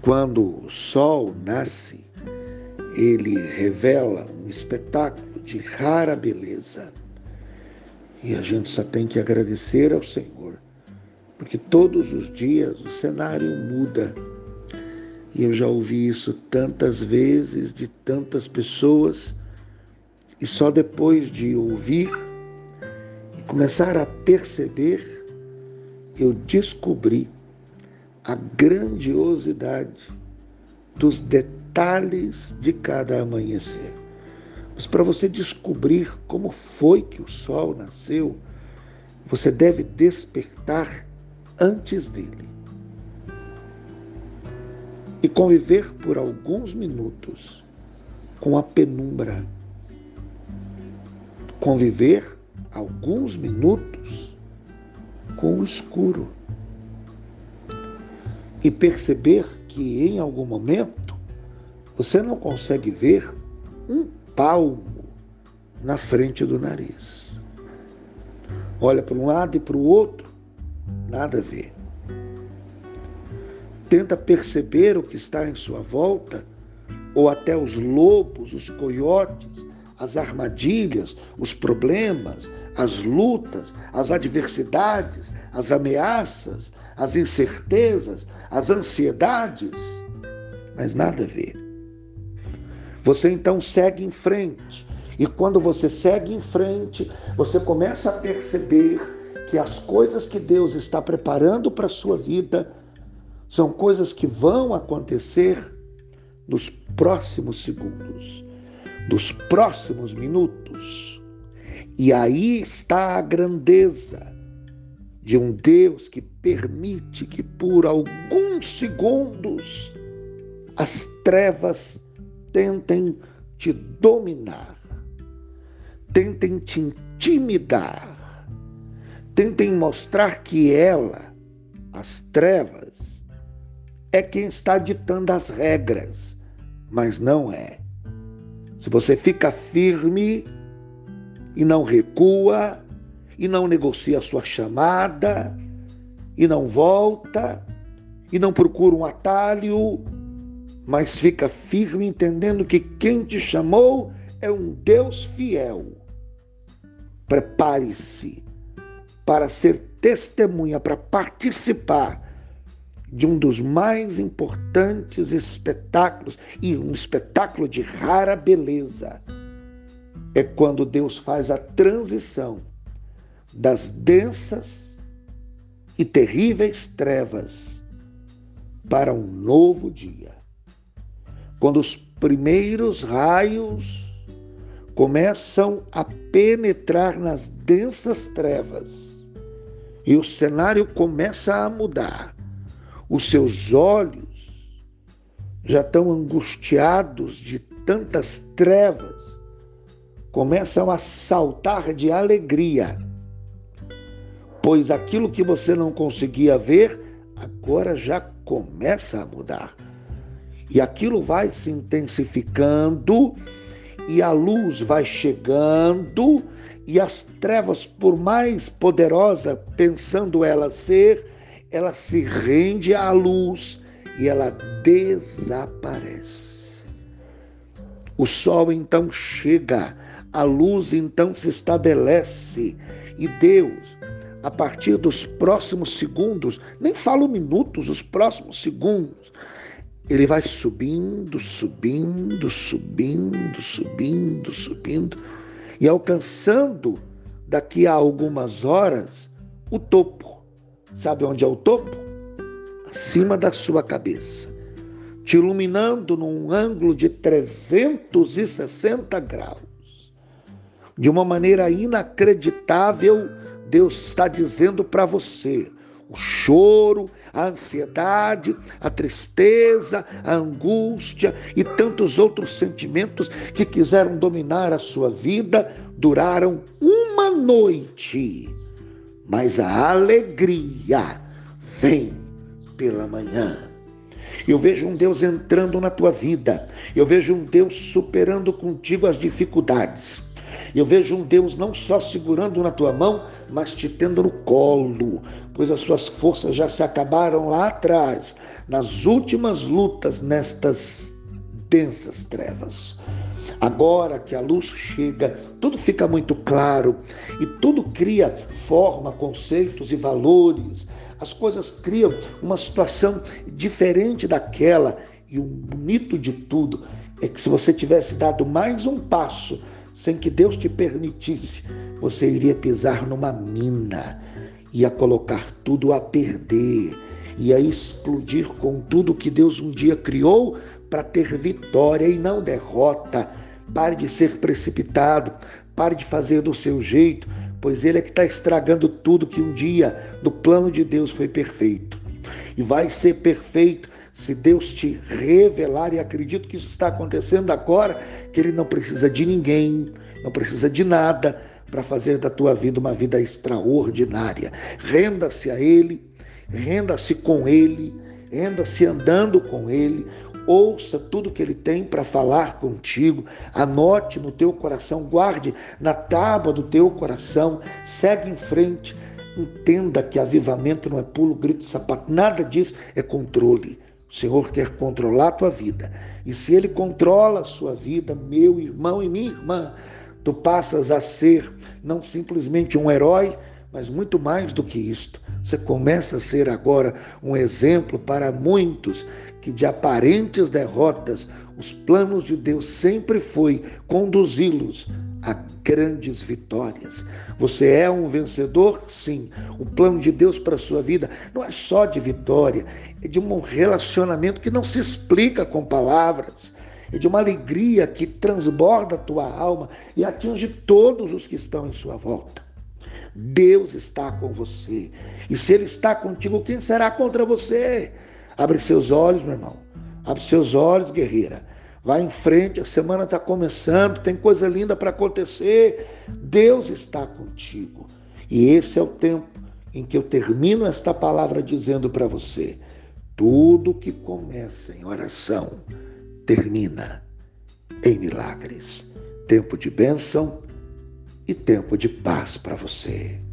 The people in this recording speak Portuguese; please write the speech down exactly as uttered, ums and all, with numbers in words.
quando o sol nasce, ele revela um espetáculo de rara beleza. E a gente só tem que agradecer ao Senhor, porque todos os dias o cenário muda. E eu já ouvi isso tantas vezes de tantas pessoas, e só depois de ouvir e começar a perceber, eu descobri a grandiosidade dos detalhes de cada amanhecer. Mas para você descobrir como foi que o sol nasceu, você deve despertar antes dele e conviver por alguns minutos com a penumbra. Conviver alguns minutos com o escuro. E perceber que em algum momento você não consegue ver um palmo na frente do nariz. Olha para um lado e para o outro, nada a ver. Tenta perceber o que está em sua volta, ou até os lobos, os coiotes, as armadilhas, os problemas, as lutas, as adversidades, as ameaças, as incertezas, as ansiedades, mas nada a ver. Você então segue em frente, e quando você segue em frente, você começa a perceber que as coisas que Deus está preparando para a sua vida são coisas que vão acontecer nos próximos segundos, nos próximos minutos. E aí está a grandeza de um Deus que permite que por alguns segundos as trevas tentem te dominar, tentem te intimidar, tentem mostrar que ela, as trevas, é quem está ditando as regras, mas não é. Se você fica firme e não recua, e não negocia a sua chamada, e não volta, e não procura um atalho, mas fica firme entendendo que quem te chamou é um Deus fiel. Prepare-se para ser testemunha, para participar de um dos mais importantes espetáculos, e um espetáculo de rara beleza. É quando Deus faz a transição das densas e terríveis trevas para um novo dia. Quando os primeiros raios começam a penetrar nas densas trevas e o cenário começa a mudar, os seus olhos já estão angustiados de tantas trevas, começam a saltar de alegria, pois aquilo que você não conseguia ver, agora já começa a mudar. E aquilo vai se intensificando, e a luz vai chegando, e as trevas, por mais poderosa pensando ela ser, ela se rende à luz e ela desaparece. O sol então chega, a luz então se estabelece, e Deus, a partir dos próximos segundos, nem falo minutos, os próximos segundos, ele vai subindo, subindo, subindo, subindo, subindo, e alcançando, daqui a algumas horas, o topo. Sabe onde é o topo? Acima da sua cabeça, te iluminando num ângulo de trezentos e sessenta graus. De uma maneira inacreditável, Deus está dizendo para você: o choro, a ansiedade, a tristeza, a angústia e tantos outros sentimentos que quiseram dominar a sua vida duraram uma noite, mas a alegria vem pela manhã. Eu vejo um Deus entrando na tua vida, eu vejo um Deus superando contigo as dificuldades, Eu vejo um Deus não só segurando na tua mão, mas te tendo no colo, pois as suas forças já se acabaram lá atrás, nas últimas lutas nestas densas trevas. Agora que a luz chega, tudo fica muito claro e tudo cria forma, conceitos e valores. As coisas criam uma situação diferente daquela. E o bonito de tudo é que se você tivesse dado mais um passo sem que Deus te permitisse, você iria pisar numa mina, ia colocar tudo a perder, ia explodir com tudo que Deus um dia criou para ter vitória e não derrota. Pare de ser precipitado, pare de fazer do seu jeito, pois Ele é que está estragando tudo que um dia no plano de Deus foi perfeito. E vai ser perfeito se Deus te revelar, e acredito que isso está acontecendo agora, que Ele não precisa de ninguém, não precisa de nada para fazer da tua vida uma vida extraordinária. Renda-se a Ele, renda-se com Ele, renda-se andando com Ele, ouça tudo que Ele tem para falar contigo, anote no teu coração, guarde na tábua do teu coração, segue em frente, entenda que avivamento não é pulo, grito, sapato, nada disso, é controle. O Senhor quer controlar a tua vida, e se Ele controla a sua vida, meu irmão e minha irmã, tu passas a ser não simplesmente um herói, mas muito mais do que isto. Você começa a ser agora um exemplo para muitos que de aparentes derrotas, os planos de Deus sempre foi conduzi-los a grandes vitórias. Você é um vencedor? Sim. O plano de Deus para a sua vida não é só de vitória, é de um relacionamento que não se explica com palavras, é de uma alegria que transborda a tua alma e atinge todos os que estão em sua volta. Deus está com você. E se Ele está contigo, quem será contra você? Abre seus olhos, meu irmão. Abre seus olhos, guerreira. Vai em frente, a semana está começando, tem coisa linda para acontecer. Deus está contigo. E esse é o tempo em que eu termino esta palavra dizendo para você: tudo que começa em oração, termina em milagres. Tempo de bênção e tempo de paz para você.